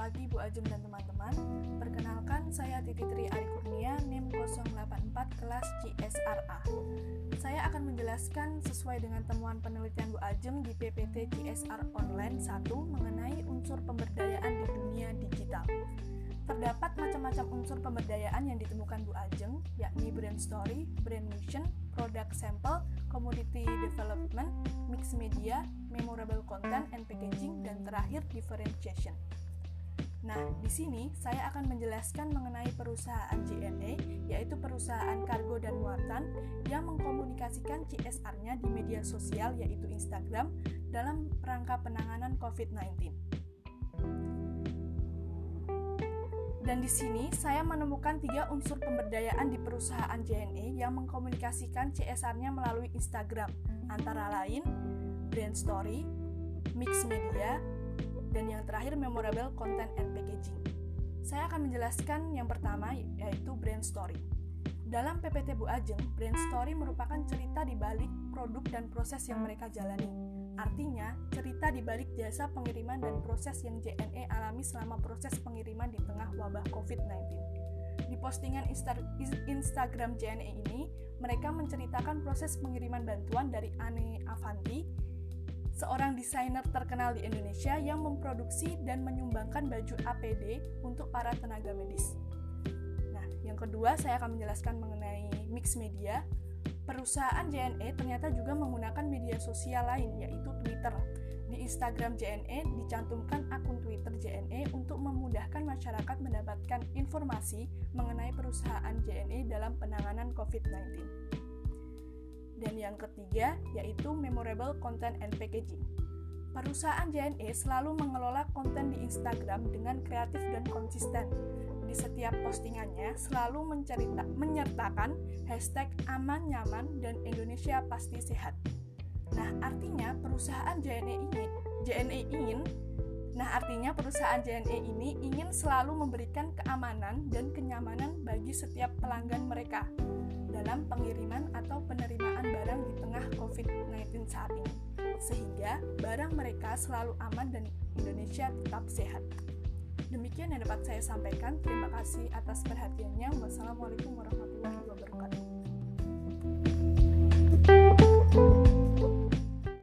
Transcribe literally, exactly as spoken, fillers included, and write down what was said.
pagi Bu Ajeng dan teman-teman. Perkenalkan, saya Titi Tri Ari Kurnia, NIM nol delapan empat kelas C S R A. Saya akan menjelaskan sesuai dengan temuan penelitian Bu Ajeng di P P T C S R Online satu mengenai unsur pemberdayaan di dunia digital. Terdapat macam-macam unsur pemberdayaan yang ditemukan Bu Ajeng, yakni brand story, brand mission, product sample, commodity development, mixed media, memorable content and packaging, dan terakhir differentiation. Nah, di sini saya akan menjelaskan mengenai perusahaan J N E, yaitu perusahaan kargo dan muatan yang mengkomunikasikan C S R-nya di media sosial, yaitu Instagram, dalam rangka penanganan covid sembilan belas. Dan di sini saya menemukan tiga unsur pemberdayaan di perusahaan J N E yang mengkomunikasikan C S R-nya melalui Instagram, antara lain brand story, mixed media, dan yang terakhir memorable content and packaging. Saya akan menjelaskan yang pertama, yaitu brand story. Dalam P P T Bu Ajeng, brand story merupakan cerita di balik produk dan proses yang mereka jalani. Artinya, cerita di balik jasa pengiriman dan proses yang J N E alami selama proses pengiriman di tengah wabah covid sembilan belas. Di postingan Insta- Instagram J N E ini, mereka menceritakan proses pengiriman bantuan dari Ane Avanti, seorang desainer terkenal di Indonesia yang memproduksi dan menyumbangkan baju A P D untuk para tenaga medis. Nah, yang kedua saya akan menjelaskan mengenai mixed media. Perusahaan J N E ternyata juga menggunakan media sosial lain, yaitu Twitter. Di Instagram J N E dicantumkan akun Twitter J N E untuk memudahkan masyarakat mendapatkan informasi mengenai perusahaan J N E dalam penanganan covid sembilan belas. Dan yang ketiga, yaitu memorable content and packaging. Perusahaan J N E selalu mengelola konten di Instagram dengan kreatif dan konsisten. Di setiap postingannya selalu mencerita, menyertakan hashtag aman, nyaman, dan Indonesia pasti sehat. Nah, artinya perusahaan J N E ini, J N E ingin, nah artinya perusahaan J N E ini ingin selalu memberikan keamanan dan kenyamanan bagi setiap pelanggan mereka dalam pengiriman atau penerimaan barang di tengah covid sembilan belas saat ini, sehingga barang mereka selalu aman dan Indonesia tetap sehat. Demikian yang dapat saya sampaikan. Terima kasih atas perhatiannya. Wassalamualaikum warahmatullahi wabarakatuh.